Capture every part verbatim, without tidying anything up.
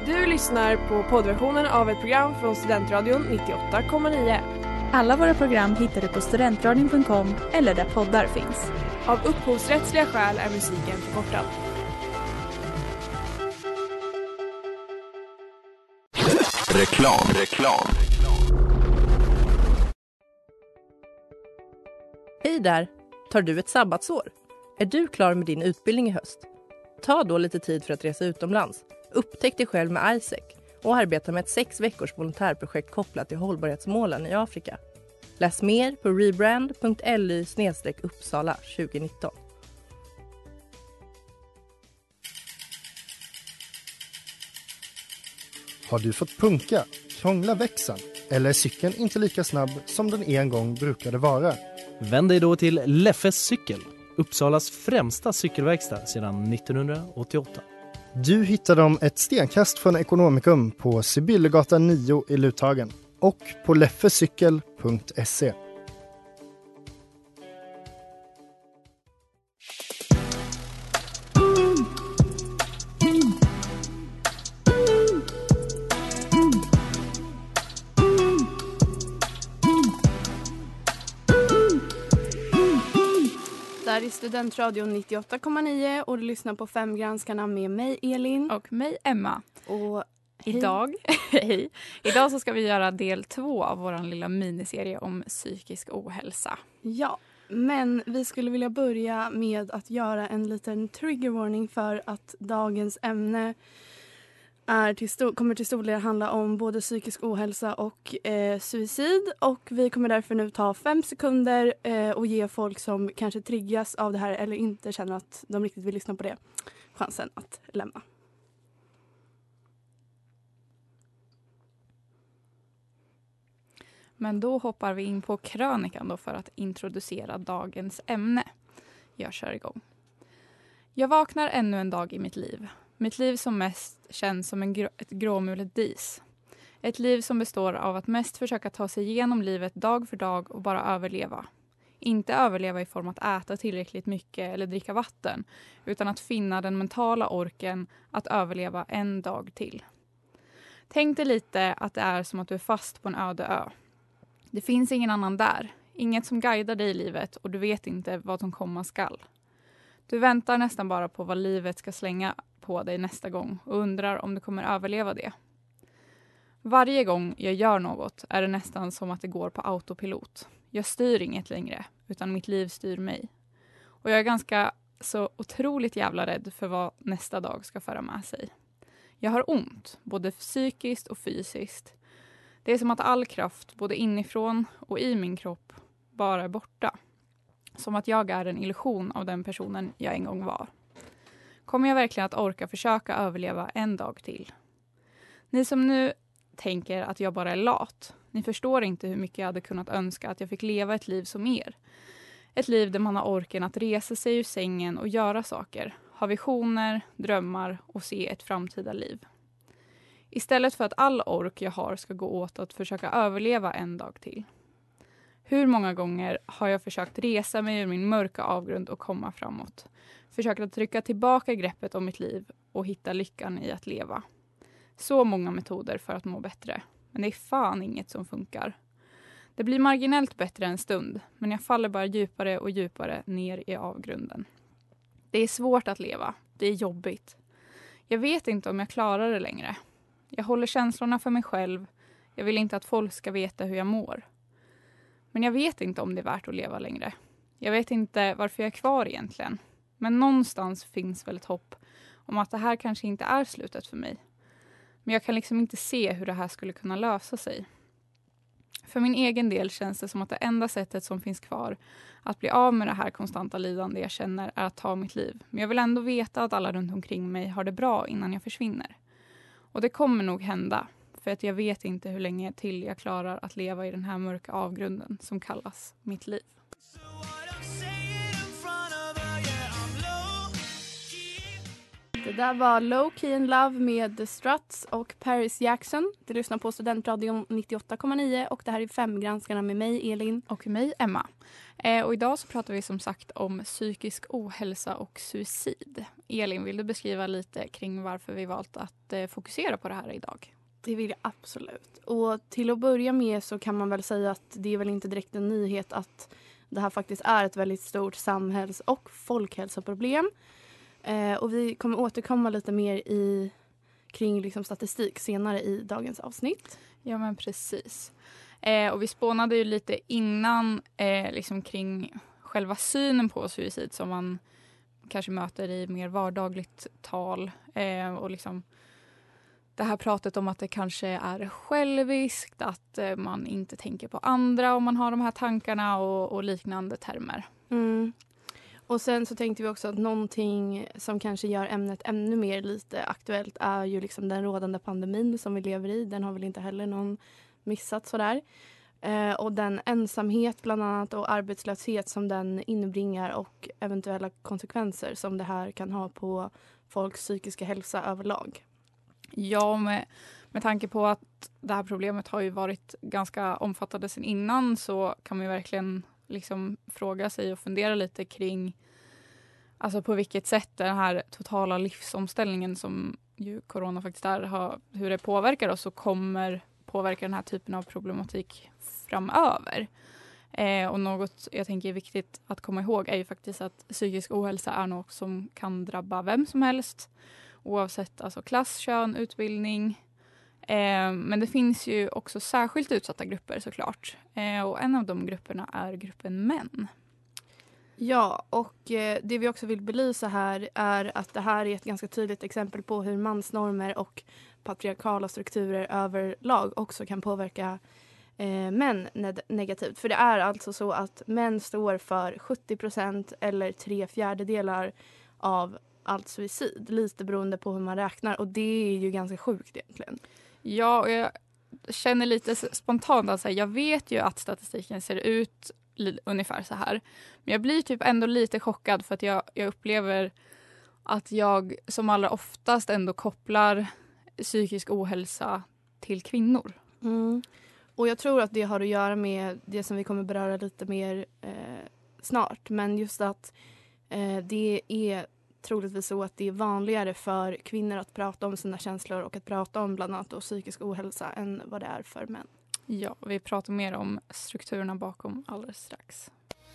Du lyssnar på poddversionen av ett program från Studentradion nittioåtta komma nio. Alla våra program hittar du på studentradion punkt com eller där poddar finns. Av upphovsrättsliga skäl är musiken förkortad. Reklam, reklam. Hej där! Tar du ett sabbatsår? Är du klar med din utbildning i höst? Ta då lite tid för att resa utomlands. Upptäck dig själv med Isaac och arbeta med ett sex veckors volontärprojekt kopplat till hållbarhetsmålen i Afrika. Läs mer på rebrand punkt l y slash uppsala tjugonitton. Har du fått punka, krångla växeln eller är cykeln inte lika snabb som den en gång brukade vara? Vänd dig då till Leffes cykel, Uppsalas främsta cykelverkstad sedan nittonhundraåttioåtta. Du hittar dem ett stenkast från Ekonomikum på Sibyllegatan nio i Luthagen och på leffecykel punkt se. Där är Studentradion nittioåtta komma nio och du lyssnar på Fem granskarna med mig Elin. Och mig Emma. Och Idag, hej. Idag så ska vi göra del två av vår lilla miniserie om psykisk ohälsa. Ja, men vi skulle vilja börja med att göra en liten trigger warning för att dagens ämne är till stor, kommer till stor del handla om både psykisk ohälsa och eh, suicid. Och vi kommer därför nu ta fem sekunder eh, och ge folk som kanske triggas av det här eller inte känner att de riktigt vill lyssna på det chansen att lämna. Men då hoppar vi in på krönikan då för att introducera dagens ämne. Jag kör igång. Jag vaknar ännu en dag i mitt liv. Mitt liv som mest känns som en grå, ett gråmulet dis. Ett liv som består av att mest försöka ta sig igenom livet dag för dag och bara överleva. Inte överleva i form att äta tillräckligt mycket eller dricka vatten, utan att finna den mentala orken att överleva en dag till. Tänk dig lite att det är som att du är fast på en öde ö. Det finns ingen annan där, inget som guidar dig i livet och du vet inte vad som komma skall. Du väntar nästan bara på vad livet ska slänga på dig nästa gång och undrar om du kommer överleva det. Varje gång jag gör något är det nästan som att det går på autopilot. Jag styr inget längre, utan mitt liv styr mig. Och jag är ganska så otroligt jävla rädd för vad nästa dag ska föra med sig. Jag har ont, både psykiskt och fysiskt. Det är som att all kraft, både inifrån och i min kropp, bara är borta. Som att jag är en illusion av den personen jag en gång var. Kommer jag verkligen att orka försöka överleva en dag till? Ni som nu tänker att jag bara är lat, ni förstår inte hur mycket jag hade kunnat önska att jag fick leva ett liv som er. Ett liv där man har orken att resa sig ur sängen och göra saker. Ha visioner, drömmar och se ett framtida liv. Istället för att all ork jag har ska gå åt att försöka överleva en dag till. Hur många gånger har jag försökt resa mig ur min mörka avgrund och komma framåt? Försökt att trycka tillbaka greppet om mitt liv och hitta lyckan i att leva. Så många metoder för att må bättre. Men det är fan inget som funkar. Det blir marginellt bättre en stund, men jag faller bara djupare och djupare ner i avgrunden. Det är svårt att leva. Det är jobbigt. Jag vet inte om jag klarar det längre. Jag håller känslorna för mig själv. Jag vill inte att folk ska veta hur jag mår. Men jag vet inte om det är värt att leva längre. Jag vet inte varför jag är kvar egentligen. Men någonstans finns väl ett hopp om att det här kanske inte är slutet för mig. Men jag kan liksom inte se hur det här skulle kunna lösa sig. För min egen del känns det som att det enda sättet som finns kvar att bli av med det här konstanta lidande jag känner är att ta mitt liv. Men jag vill ändå veta att alla runt omkring mig har det bra innan jag försvinner. Och det kommer nog hända. För att jag vet inte hur länge till jag klarar att leva i den här mörka avgrunden som kallas mitt liv. Det där var Low Key in Love med The Struts och Paris Jackson. Du lyssnar på Studentradion nittioåtta komma nio och det här är Femgranskarna med mig, Elin. Och mig, Emma. Eh, och idag så pratar vi som sagt om psykisk ohälsa och suicid. Elin, vill du beskriva lite kring varför vi valt att eh, fokusera på det här idag? Det vill jag absolut. Och till att börja med så kan man väl säga att det är väl inte direkt en nyhet att det här faktiskt är ett väldigt stort samhälls- och folkhälsoproblem. Eh, och vi kommer återkomma lite mer i, kring liksom statistik senare i dagens avsnitt. Ja, men precis. Eh, och vi spånade ju lite innan eh, liksom kring själva synen på suicid som man kanske möter i mer vardagligt tal. Eh, och liksom det här pratet om att det kanske är själviskt, att eh, man inte tänker på andra om man har de här tankarna och, och liknande termer. Mm. Och sen så tänkte vi också att någonting som kanske gör ämnet ännu mer lite aktuellt är ju liksom den rådande pandemin som vi lever i. Den har väl inte heller någon missat sådär. Eh, och den ensamhet bland annat och arbetslöshet som den inbringar och eventuella konsekvenser som det här kan ha på folks psykiska hälsa överlag. Ja, med, med tanke på att det här problemet har ju varit ganska omfattande sedan innan så kan man ju verkligen liksom fråga sig och fundera lite kring alltså på vilket sätt den här totala livsomställningen som ju corona faktiskt är, har, hur det påverkar oss och kommer påverka den här typen av problematik framöver. Eh, och något jag tänker är viktigt att komma ihåg är ju faktiskt att psykisk ohälsa är något som kan drabba vem som helst oavsett alltså klass, kön, utbildning. Eh, men det finns ju också särskilt utsatta grupper såklart. Eh, och en av de grupperna är gruppen män. Ja, och eh, det vi också vill belysa här är att det här är ett ganska tydligt exempel på hur mansnormer och patriarkala strukturer överlag också kan påverka eh, män ned- negativt. För det är alltså så att män står för sjuttio procent eller tre fjärdedelar av allt suicid. Lite beroende på hur man räknar och det är ju ganska sjukt egentligen. Ja, och jag känner lite spontant att jag vet ju att statistiken ser ut li- ungefär så här. Men jag blir typ ändå lite chockad för att jag, jag upplever att jag som allra oftast ändå kopplar psykisk ohälsa till kvinnor. Mm. Och jag tror att det har att göra med det som vi kommer beröra lite mer eh, snart. Men just att eh, det är troligtvis så att det är vanligare för kvinnor att prata om sina känslor och att prata om bland annat då psykisk ohälsa än vad det är för män. Ja, vi pratar mer om strukturerna bakom alldeles strax.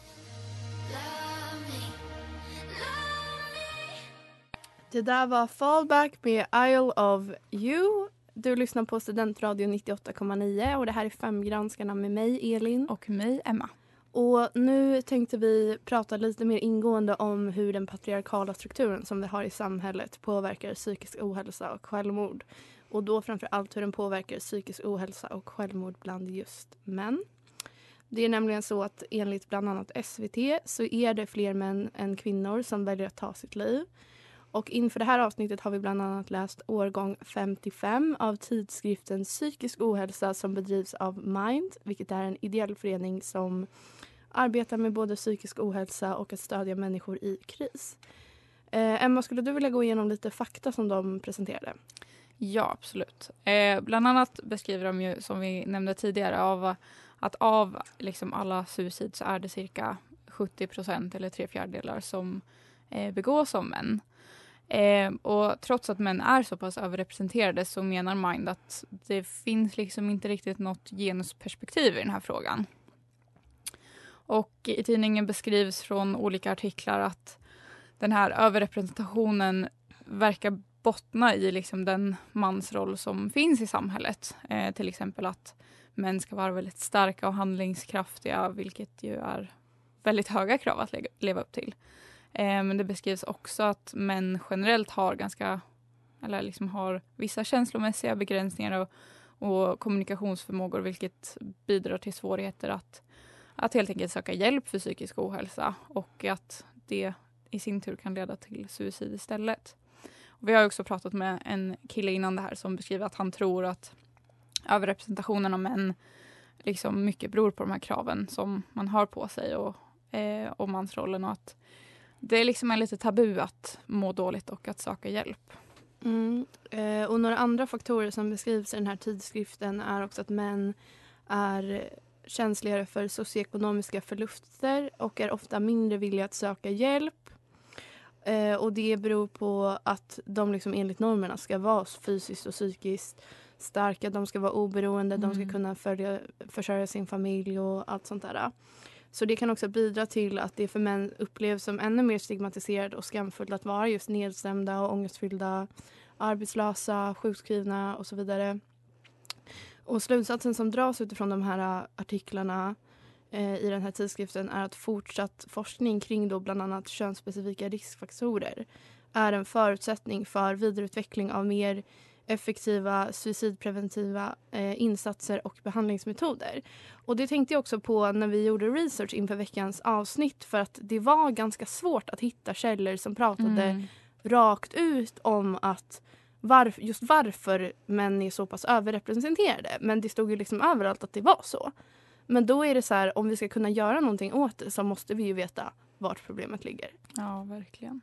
Det där var Fallback med Isle of You. Du lyssnar på Studentradion nittioåtta komma nio och det här är Femgranskarna med mig, Elin. Och mig, Emma. Och nu tänkte vi prata lite mer ingående om hur den patriarkala strukturen som vi har i samhället påverkar psykisk ohälsa och självmord. Och då framför allt hur den påverkar psykisk ohälsa och självmord bland just män. Det är nämligen så att enligt bland annat S V T så är det fler män än kvinnor som väljer att ta sitt liv. Och inför det här avsnittet har vi bland annat läst årgång femtiofem av tidskriften Psykisk ohälsa som bedrivs av Mind, vilket är en ideell förening som arbetar med både psykisk ohälsa och att stödja människor i kris. Eh, Emma, skulle du vilja gå igenom lite fakta som de presenterade? Ja, absolut. Eh, bland annat beskriver de ju, som vi nämnde tidigare, av att av liksom alla suicid så är det cirka sjuttio procent eller tre fjärdedelar som eh, begås av män. Eh, och trots att män är så pass överrepresenterade så menar Mind att det finns liksom inte riktigt något genusperspektiv i den här frågan. Och i tidningen beskrivs från olika artiklar att den här överrepresentationen verkar bottna i liksom den mansroll som finns i samhället. Eh, till exempel att män ska vara väldigt starka och handlingskraftiga, vilket ju är väldigt höga krav att le- leva upp till. Eh, men det beskrivs också att män generellt har ganska, eller liksom har vissa känslomässiga begränsningar och, och kommunikationsförmågor, vilket bidrar till svårigheter att, att helt enkelt söka hjälp för psykisk ohälsa och att det i sin tur kan leda till suicid istället. Och vi har också pratat med en kille innan det här som beskriver att han tror att överrepresentationen av män liksom mycket beror på de här kraven som man har på sig och, eh, och mansrollen och att det är liksom en lite tabu att må dåligt och att söka hjälp. Mm. Eh, och några andra faktorer som beskrivs i den här tidskriften är också att män är känsligare för socioekonomiska förluster och är ofta mindre villiga att söka hjälp. Eh, och det beror på att de liksom enligt normerna ska vara fysiskt och psykiskt starka, de ska vara oberoende, mm. de ska kunna följa, försörja sin familj och allt sånt där. Så det kan också bidra till att det för män upplevs som ännu mer stigmatiserat och skamfullt att vara just nedstämda och ångestfyllda, arbetslösa, sjukskrivna och så vidare. Och slutsatsen som dras utifrån de här artiklarna eh, i den här tidskriften är att fortsatt forskning kring då bland annat könsspecifika riskfaktorer är en förutsättning för vidareutveckling av mer effektiva suicidpreventiva eh, insatser och behandlingsmetoder. Och det tänkte jag också på när vi gjorde research inför veckans avsnitt, för att det var ganska svårt att hitta källor som pratade mm. rakt ut om att varf- just varför män är så pass överrepresenterade. Men det stod ju liksom överallt att det var så. Men då är det så här, om vi ska kunna göra någonting åt det så måste vi ju veta vart problemet ligger. Ja, verkligen.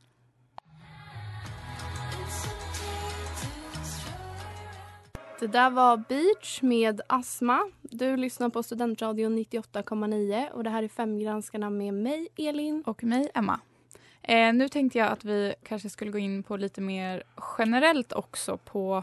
Det där var Beach med Astma. Du lyssnar på Studentradion nittioåtta komma nio och det här är Femgranskarna med mig, Elin. Och mig, Emma. Eh, nu tänkte jag att vi kanske skulle gå in på lite mer generellt också på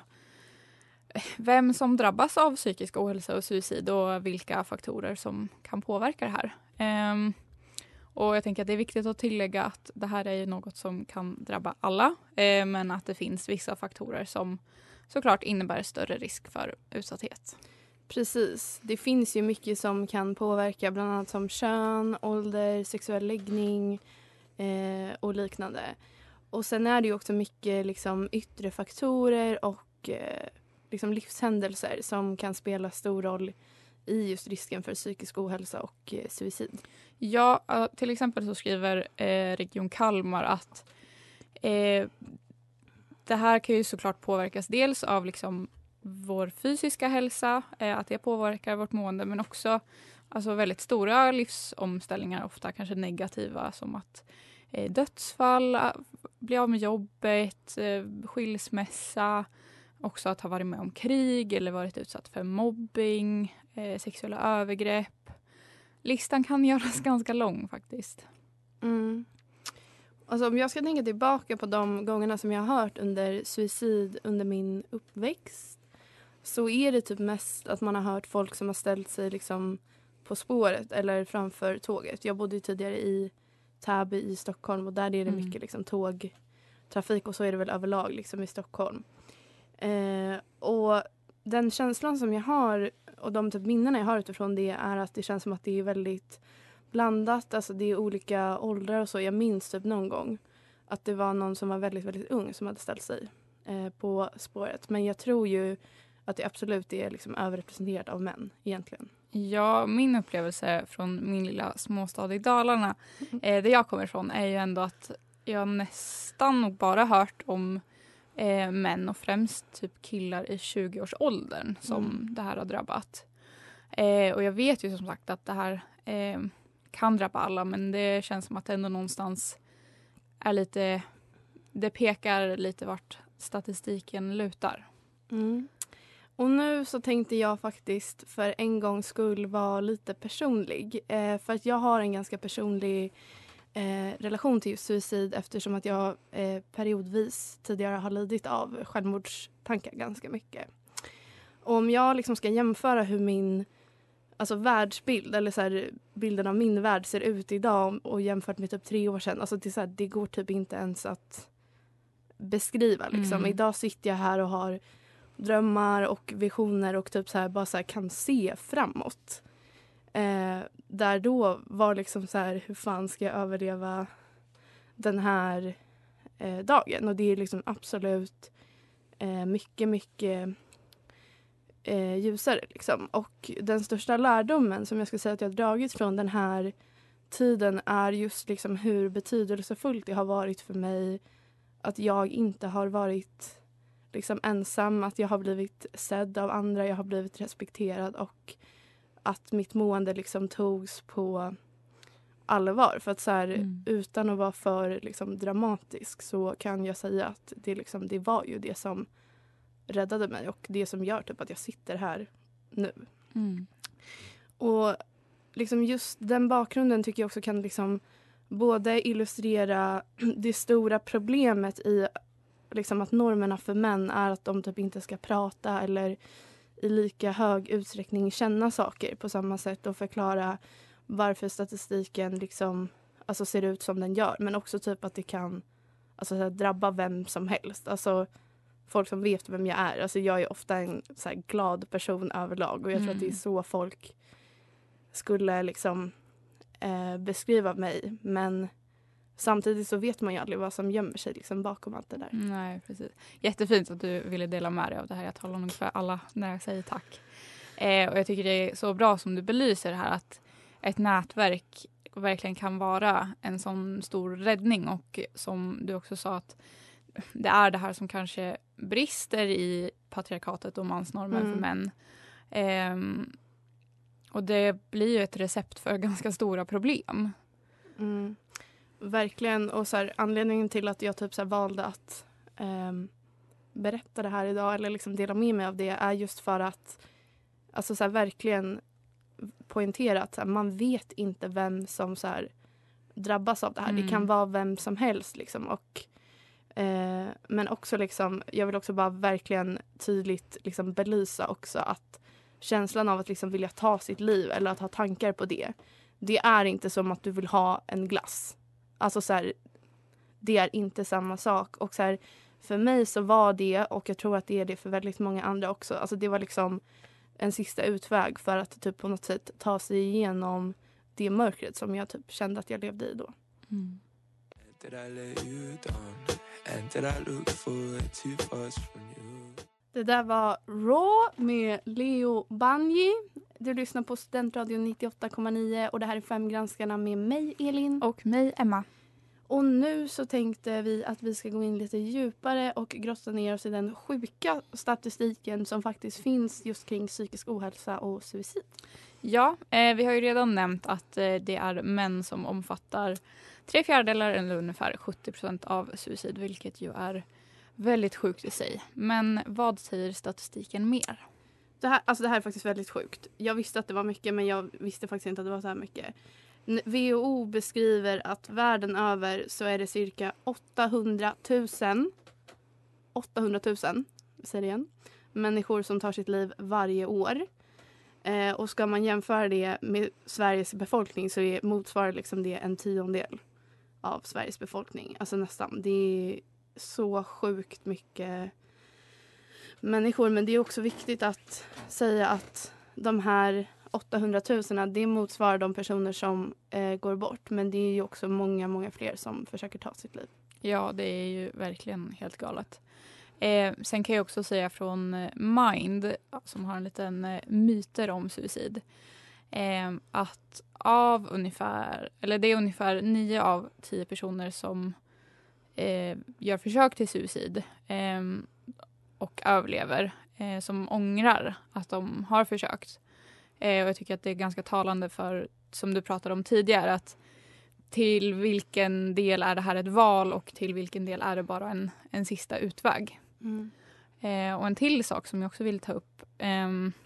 vem som drabbas av psykisk ohälsa och suicid och vilka faktorer som kan påverka det här. Eh, och jag tänker att det är viktigt att tillägga att det här är ju något som kan drabba alla, eh, men att det finns vissa faktorer som såklart innebär större risk för utsatthet. Precis. Det finns ju mycket som kan påverka, bland annat som kön, ålder, sexuell läggning eh, och liknande. Och sen är det ju också mycket liksom, yttre faktorer och eh, liksom livshändelser som kan spela stor roll i just risken för psykisk ohälsa och eh, suicid. Ja, till exempel så skriver eh, Region Kalmar att eh, det här kan ju såklart påverkas dels av liksom vår fysiska hälsa, eh, att det påverkar vårt mående, men också alltså väldigt stora livsomställningar, ofta kanske negativa, som att eh, dödsfall, bli av med jobbet, eh, skilsmässa, också att ha varit med om krig eller varit utsatt för mobbing, eh, sexuella övergrepp. Listan kan göras ganska lång faktiskt. Mm. Alltså, om jag ska tänka tillbaka på de gångerna som jag har hört under suicid under min uppväxt, så är det typ mest att man har hört folk som har ställt sig liksom på spåret eller framför tåget. Jag bodde tidigare i Täby i Stockholm och där är det mm. mycket liksom tågtrafik, och så är det väl överlag liksom i Stockholm. Eh, och den känslan som jag har och de typ minnena jag har utifrån det är att det känns som att det är väldigt blandat, alltså det är olika åldrar och så. Jag minns typ någon gång att det var någon som var väldigt, väldigt ung som hade ställt sig eh, på spåret. Men jag tror ju att det absolut är liksom överrepresenterat av män egentligen. Ja, min upplevelse från min lilla småstad i Dalarna, eh, där jag kommer ifrån, är ju ändå att jag nästan nog bara hört om eh, män och främst typ killar i tjugoårsåldern som mm. det här har drabbat. Eh, och jag vet ju som sagt att det här eh, kan drabba alla, men det känns som att det ändå någonstans är lite, det pekar lite vart statistiken lutar. Mm. Och nu så tänkte jag faktiskt för en gångs skull vara lite personlig. Eh, för att jag har en ganska personlig eh, relation till just suicid, eftersom att jag eh, periodvis tidigare har lidit av självmordstankar ganska mycket. Och om jag liksom ska jämföra hur min alltså världsbild eller så här, bilden av min värld ser ut idag och jämfört med typ tre år sedan, alltså det, är så här, det går typ inte ens att beskriva liksom. Mm. Idag sitter jag här och har drömmar och visioner och typ så här, bara så här, kan se framåt. Eh, där då var liksom så här, hur fan ska jag överleva den här eh, dagen? Och det är liksom absolut eh, mycket, mycket eh, ljusare liksom. Och den största lärdomen som jag ska säga att jag har dragit från den här tiden är just liksom hur betydelsefullt det har varit för mig att jag inte har varit liksom ensam, att jag har blivit sedd av andra, jag har blivit respekterad och att mitt mående liksom togs på allvar. För att så här, Mm. utan att vara för liksom, dramatisk så kan jag säga att det, liksom, det var ju det som räddade mig och det som gör typ att jag sitter här nu. Mm. Och liksom just den bakgrunden tycker jag också kan liksom både illustrera det stora problemet i liksom att normerna för män är att de typ inte ska prata eller i lika hög utsträckning känna saker på samma sätt och förklara varför statistiken liksom, alltså ser ut som den gör. Men också typ att det kan alltså, så här, drabba vem som helst. Alltså folk som vet vem jag är. Alltså jag är ofta en så här, glad person överlag och jag tror Mm. att det är så folk skulle liksom eh, beskriva mig. Men samtidigt så vet man ju aldrig vad som gömmer sig liksom, bakom allt det där. Nej, precis. Jättefint att du ville dela med dig av det här. Jag talar nog för alla när jag säger tack. Eh, och jag tycker det är så bra som du belyser det här att ett nätverk verkligen kan vara en sån stor räddning och som du också sa att det är det här som kanske brister i patriarkatet och mansnormer Mm. för män. Ehm, och det blir ju ett recept för ganska stora problem. Mm. Verkligen. Och så här, anledningen till att jag typ så här, valde att ehm, berätta det här idag eller liksom dela med mig av det är just för att alltså, så här, verkligen poängtera att så här, man vet inte vem som så här, drabbas av det här. Mm. Det kan vara vem som helst. Liksom, och, eh, men också liksom, jag vill också bara verkligen tydligt liksom, belysa också att känslan av att liksom, vilja ta sitt liv eller att ha tankar på det. Det är inte som att du vill ha en glass. Alltså så här, det är inte samma sak. Och så här, för mig så var det, och jag tror att det är det för väldigt många andra också. Alltså det var liksom en sista utväg för att typ på något sätt ta sig igenom det mörkret som jag typ kände att jag levde i då. Mm. Did I let you down? And did I look forward too fast from you? Det där var Raw med Leo Banji. Du lyssnar på Studentradion nittioåtta komma nio och det här är Fem granskarna med mig Elin. Och mig, Emma. Och nu så tänkte vi att vi ska gå in lite djupare och grotta ner oss i den sjuka statistiken som faktiskt finns just kring psykisk ohälsa och suicid. Ja, eh, vi har ju redan nämnt att eh, det är män som omfattar tre fjärdedelar eller ungefär sjuttio procent av suicid, vilket ju är väldigt sjukt i sig. Men vad säger statistiken mer? Det här, alltså det här är faktiskt väldigt sjukt. Jag visste att det var mycket men jag visste faktiskt inte att det var så här mycket. W H O beskriver att världen över så är det cirka åttahundratusen åttahundratusen, säger det igen, människor som tar sitt liv varje år. Eh, och ska man jämföra det med Sveriges befolkning så är, motsvarar liksom det en tiondel av Sveriges befolkning. Alltså nästan. Det är så sjukt mycket människor. Men det är också viktigt att säga att de här åttahundratusen, det motsvarar de personer som eh, går bort. Men det är ju också många, många fler som försöker ta sitt liv. Ja, det är ju verkligen helt galet. Eh, sen kan jag också säga från eh, Mind, som har en liten eh, myter om suicid, eh, att av ungefär, eller det är ungefär nio av tio personer som eh, gör försök till suicid eh, och överlever, eh, som ångrar att de har försökt. Eh, och jag tycker att det är ganska talande för, som du pratade om tidigare, att till vilken del är det här ett val och till vilken del är det bara en, en sista utväg. Mm. Eh, och en till sak som jag också vill ta upp eh,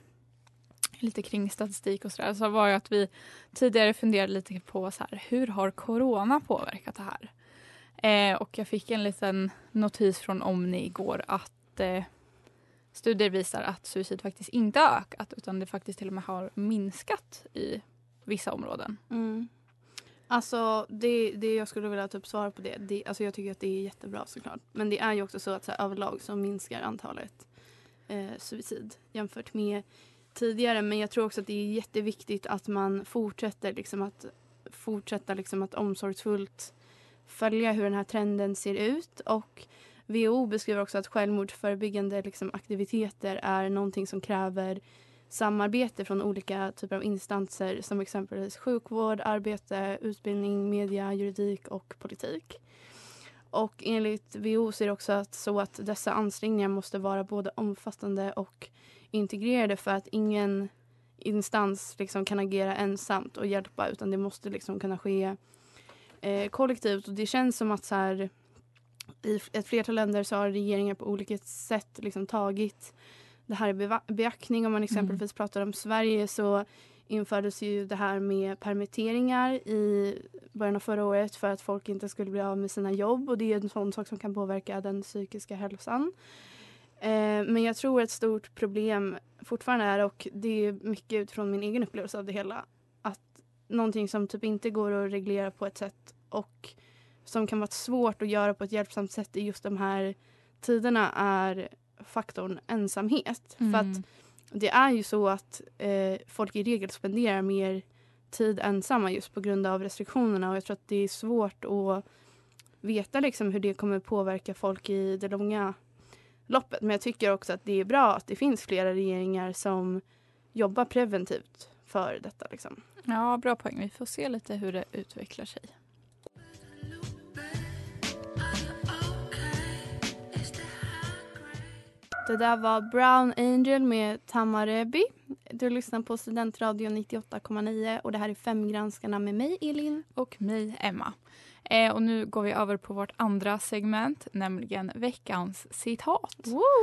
lite kring statistik och sådär, så var ju att vi tidigare funderade lite på så här, hur har corona påverkat det här? Eh, och jag fick en liten notis från Omni igår att eh, studier visar att suicid faktiskt inte har ökat utan det faktiskt till och med har minskat i vissa områden. Mm. Alltså det, det jag skulle vilja typ svara på det, det alltså jag tycker att det är jättebra såklart. Men det är ju också så att så här, överlag så minskar antalet eh, suicid jämfört med tidigare. Men jag tror också att det är jätteviktigt att man fortsätter liksom att fortsätta liksom att omsorgsfullt följa hur den här trenden ser ut. Och W H O beskriver också att självmordsförebyggande liksom, aktiviteter är någonting som kräver samarbete från olika typer av instanser som exempelvis sjukvård, arbete, utbildning, media, juridik och politik. Och enligt W H O så är det också att, så att dessa ansträngningar måste vara både omfattande och integrerade för att ingen, instans liksom kan agera ensamt och hjälpa, utan det måste liksom kunna ske eh, kollektivt. Och det känns som att så här, i ett flertal länder så har regeringar på olika sätt liksom tagit det här i beva- beaktning. Om man exempelvis mm. pratar om Sverige, så infördes ju det här med permitteringar i början av förra året för att folk inte skulle bli av med sina jobb, och det är en sån sak som kan påverka den psykiska hälsan. Eh, men jag tror ett stort problem fortfarande är, och det är mycket utifrån min egen upplevelse av det hela, att någonting som typ inte går att reglera på ett sätt och som kan vara svårt att göra på ett hjälpsamt sätt i just de här tiderna är faktorn ensamhet. Mm. För att det är ju så att eh, folk i regel spenderar mer tid ensamma just på grund av restriktionerna, och jag tror att det är svårt att veta liksom hur det kommer påverka folk i det långa loppet. Men jag tycker också att det är bra att det finns flera regeringar som jobbar preventivt för detta. Liksom. Ja, bra poäng. Vi får se lite hur det utvecklar sig. Det där var Brown Angel med Tamarebi. Du lyssnar på Studentradio nittioåtta komma nio och det här är Femgranskarna med mig, Elin. Och mig, Emma. Eh, och nu går vi över på vårt andra segment, nämligen veckans citat.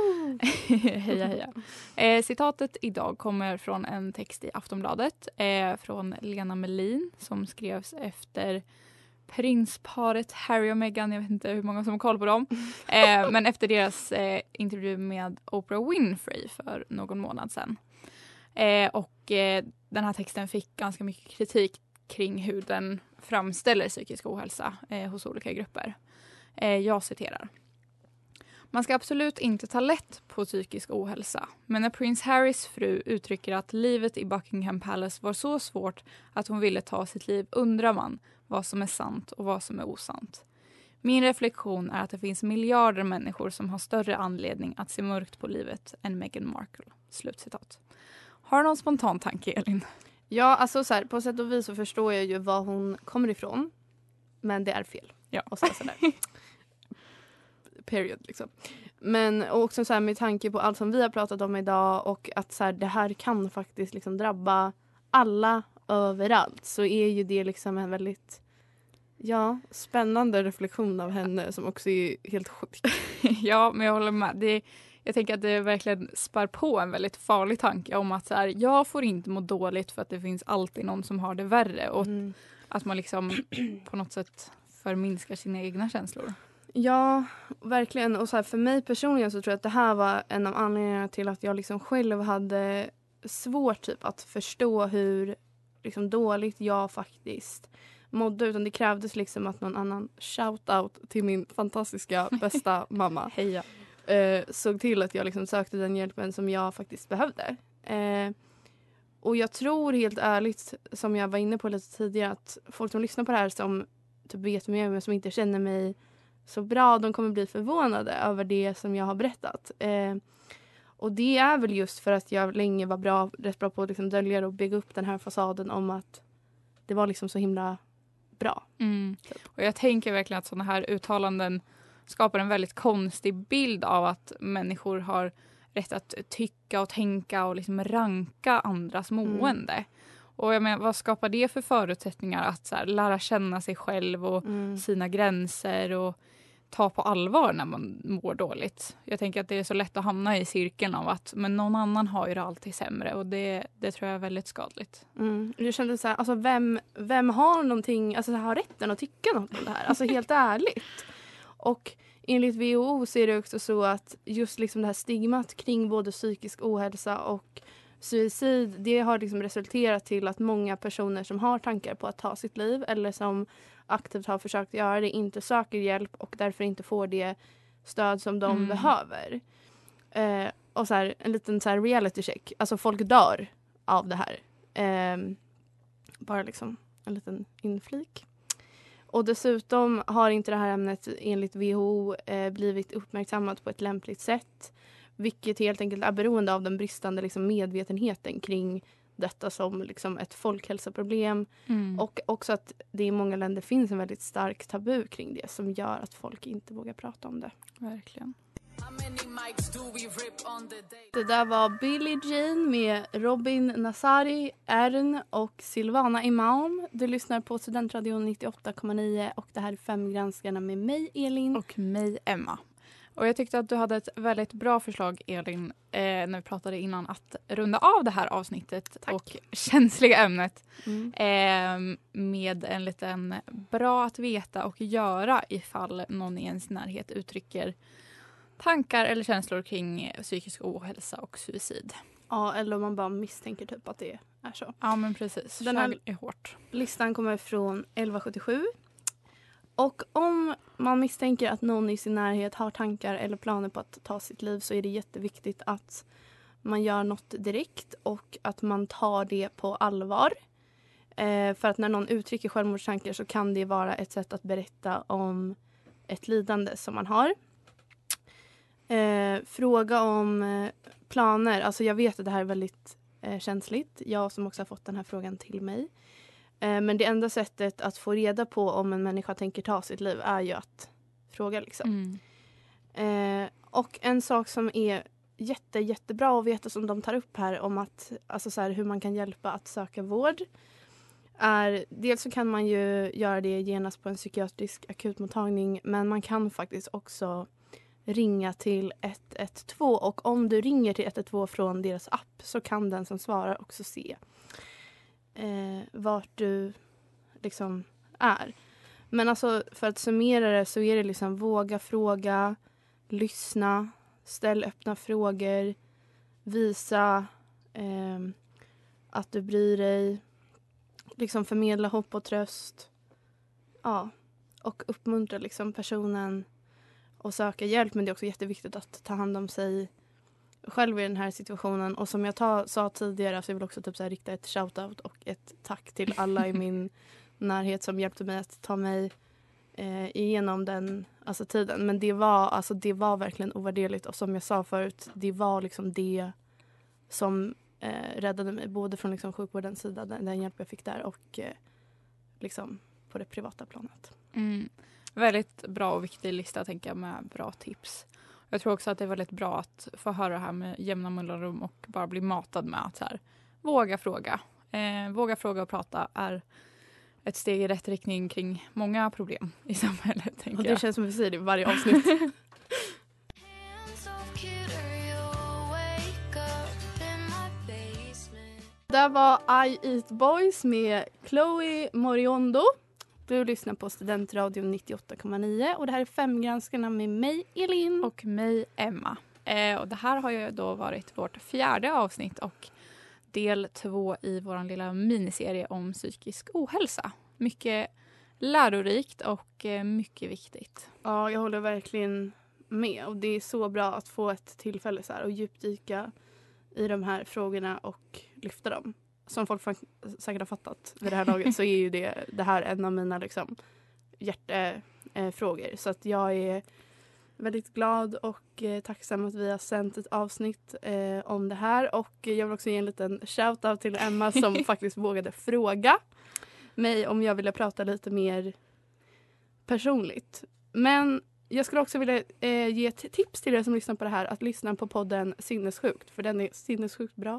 heja, heja. Eh, citatet idag kommer från en text i Aftonbladet eh, från Lena Melin som skrevs efter prinsparet Harry och Meghan. Jag vet inte hur många som har koll på dem. Eh, men efter deras eh, intervju med Oprah Winfrey för någon månad sedan. Eh, och eh, den här texten fick ganska mycket kritik kring hur den framställer psykisk ohälsa eh, hos olika grupper. Eh, jag citerar. Man ska absolut inte ta lätt på psykisk ohälsa. Men när prins Harrys fru uttrycker att livet i Buckingham Palace var så svårt att hon ville ta sitt liv, undrar man vad som är sant och vad som är osant. Min reflektion är att det finns miljarder människor som har större anledning att se mörkt på livet än Meghan Markle. Slutcitat. Har du någon spontan tanke, Elin? Ja, alltså så här, på sätt och vis så förstår jag ju var hon kommer ifrån. Men det är fel. Ja. Och så sådär. Period, liksom. Men också så här, med tanke på allt som vi har pratat om idag och att så här, det här kan faktiskt liksom drabba alla överallt, så är ju det liksom en väldigt ja, spännande reflektion av henne som också är helt sjuk. Ja, men jag håller med. Det, jag tänker att det verkligen spär på en väldigt farlig tanke om att så här, jag får inte må dåligt för att det finns alltid någon som har det värre. Och mm. att man liksom på något sätt förminskar sina egna känslor. Ja, verkligen. Och så här, för mig personligen så tror jag att det här var en av anledningarna till att jag liksom själv hade svårt typ att förstå hur liksom dåligt jag faktiskt mådde, utan det krävdes liksom att någon annan shout-out till min fantastiska bästa mamma Heja. Eh, såg till att jag liksom sökte den hjälpen som jag faktiskt behövde. Eh, och jag tror helt ärligt, som jag var inne på lite tidigare, att folk som lyssnar på det här som typ vet mig men som inte känner mig så bra, de kommer bli förvånade över det som jag har berättat. Eh, och det är väl just för att jag länge var bra, rätt bra på att liksom dölja och bygga upp den här fasaden om att det var liksom så himla bra. Mm. Och jag tänker verkligen att sådana här uttalanden skapar en väldigt konstig bild av att människor har rätt att tycka och tänka och liksom ranka andras mående. Mm. Och jag menar, vad skapar det för förutsättningar att så här, lära känna sig själv och mm. sina gränser och ta på allvar när man mår dåligt. Jag tänker att det är så lätt att hamna i cirkeln av att men någon annan har ju det alltid sämre, och det, det tror jag är väldigt skadligt. Mm. Jag kände så här, alltså vem, vem har någonting, alltså har rätten att tycka något om det här? Alltså helt ärligt. Och enligt W H O så är det också så att just liksom det här stigmat kring både psykisk ohälsa och suicid, det har liksom resulterat till att många personer som har tankar på att ta sitt liv eller som aktivt har försökt göra det inte söker hjälp och därför inte får det stöd som de mm. behöver. Eh, och så här, en liten så här reality check. Alltså folk dör av det här. Eh, bara liksom en liten inflik. Och dessutom har inte det här ämnet enligt W H O eh, blivit uppmärksammat på ett lämpligt sätt. Vilket helt enkelt är beroende av den bristande liksom, medvetenheten kring detta som liksom, ett folkhälsoproblem. Mm. Och också att det i många länder finns en väldigt stark tabu kring det som gör att folk inte vågar prata om det. Verkligen. Det där var Billie Jean med Robin Nasari, Ern och Silvana Imam. Du lyssnar på Studentradion nittioåtta komma nio och det här är Fem granskarna med mig, Elin. Och mig, Emma. Och jag tyckte att du hade ett väldigt bra förslag, Elin, eh, när vi pratade innan att runda av det här avsnittet. Tack. Och känsliga ämnet Mm. eh, med en liten bra att veta och göra ifall någon i ens närhet uttrycker tankar eller känslor kring psykisk ohälsa och suicid. Ja, eller om man bara misstänker typ att det är så. Ja, men precis. Den här är hårt. Listan kommer från elva sjuttiosju. Och om man misstänker att någon i sin närhet har tankar eller planer på att ta sitt liv så är det jätteviktigt att man gör något direkt och att man tar det på allvar. Eh, för att när någon uttrycker självmordstankar så kan det vara ett sätt att berätta om ett lidande som man har. Eh, fråga om eh, planer. Alltså jag vet att det här är väldigt eh, känsligt. Jag som också har fått den här frågan till mig. Eh, men det enda sättet att få reda på om en människa tänker ta sitt liv är ju att fråga liksom. Mm. Eh, och en sak som är jätte, jättebra att veta som de tar upp här om att, alltså så här, hur man kan hjälpa att söka vård. Är, dels så kan man ju göra det genast på en psykiatrisk akutmottagning men man kan faktiskt också ringa till ett ett två och om du ringer till ett ett två från deras app så kan den som svarar också se eh, vart du liksom är. Men alltså för att summera det så är det liksom våga fråga, lyssna, ställ öppna frågor, visa eh, att du bryr dig, liksom förmedla hopp och tröst. Ja, och uppmuntra liksom personen och söka hjälp, men det är också jätteviktigt att ta hand om sig själv i den här situationen. Och som jag ta, sa tidigare så jag vill också typ så här rikta ett shoutout och ett tack till alla i min närhet som hjälpte mig att ta mig eh, igenom den alltså, tiden. Men det var, alltså, det var verkligen ovärderligt och som jag sa förut, det var liksom det som eh, räddade mig både från liksom, sjukvårdens sida, den, den hjälp jag fick där och eh, liksom på det privata planet. Mm. Väldigt bra och viktig lista tänker jag med bra tips. Jag tror också att det är väldigt bra att få höra det här med jämna mellanrum och bara bli matad med att så här, våga fråga. Eh, våga fråga och prata är ett steg i rätt riktning kring många problem i samhället. Tänker Och det jag. känns som vi säger det i varje avsnitt. Där var I Eat Boys med Chloe Moriondo. Du lyssnar på Studentradion nittioåtta komma nio och det här är Fem granskarna med mig, Elin. Och mig, Emma. Eh, och det här har ju då varit vårt fjärde avsnitt och del två i vår lilla miniserie om psykisk ohälsa. Mycket lärorikt och eh, mycket viktigt. Ja, jag håller verkligen med. Och det är så bra att få ett tillfälle så här och djupdyka i de här frågorna och lyfta dem. Som folk säkert har fattat vid det här laget så är ju det, det här en av mina liksom, hjärtefrågor. Så att jag är väldigt glad och eh, tacksam att vi har sänt ett avsnitt eh, om det här. Och jag vill också ge en liten shoutout till Emma som faktiskt vågade fråga mig om jag ville prata lite mer personligt. Men jag skulle också vilja eh, ge ett tips till er som lyssnar på det här att lyssna på podden Sinnessjukt. För den är sinnessjukt bra.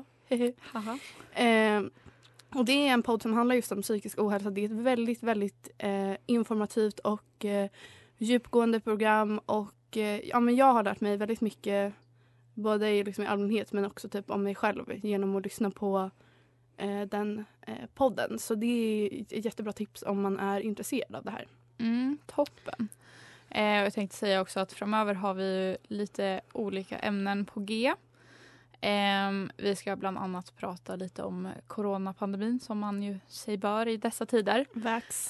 eh, och det är en podd som handlar just om psykisk ohälsa. Det är ett väldigt, väldigt eh, informativt och eh, djupgående program. Och eh, ja, men jag har lärt mig väldigt mycket både i, liksom, i allmänhet men också typ om mig själv genom att lyssna på eh, den eh, podden. Så det är ett jättebra tips om man är intresserad av det här. Mm, toppen. Eh, jag tänkte säga också att framöver har vi lite olika ämnen på G. Eh, vi ska bland annat prata lite om coronapandemin som man ju sig bör i dessa tider. Vax.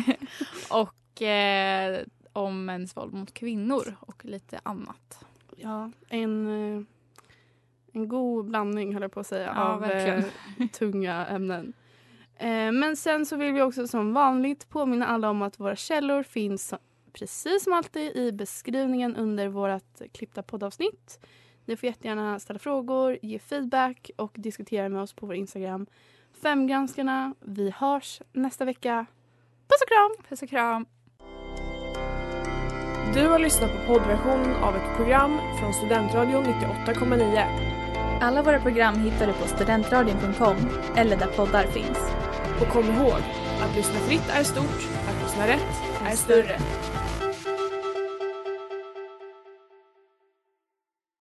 och eh, om mäns våld mot kvinnor och lite annat. Ja, en, eh, en god blandning höll jag på att säga Ja, av eh, tunga ämnen. Eh, men sen så vill vi också som vanligt påminna alla om att våra källor finns precis som alltid i beskrivningen under vårt klippta poddavsnitt. Ni får jättegärna ställa frågor, ge feedback och diskutera med oss på vår Instagram. Femgranskarna, vi hörs nästa vecka. Puss och kram! Puss och kram! Du har lyssnat på poddversion av ett program från Studentradion nittioåtta komma nio. Alla våra program hittar du på studentradion punkt com eller där poddar finns. Och kom ihåg, att lyssna fritt är stort, att lyssna rätt är större.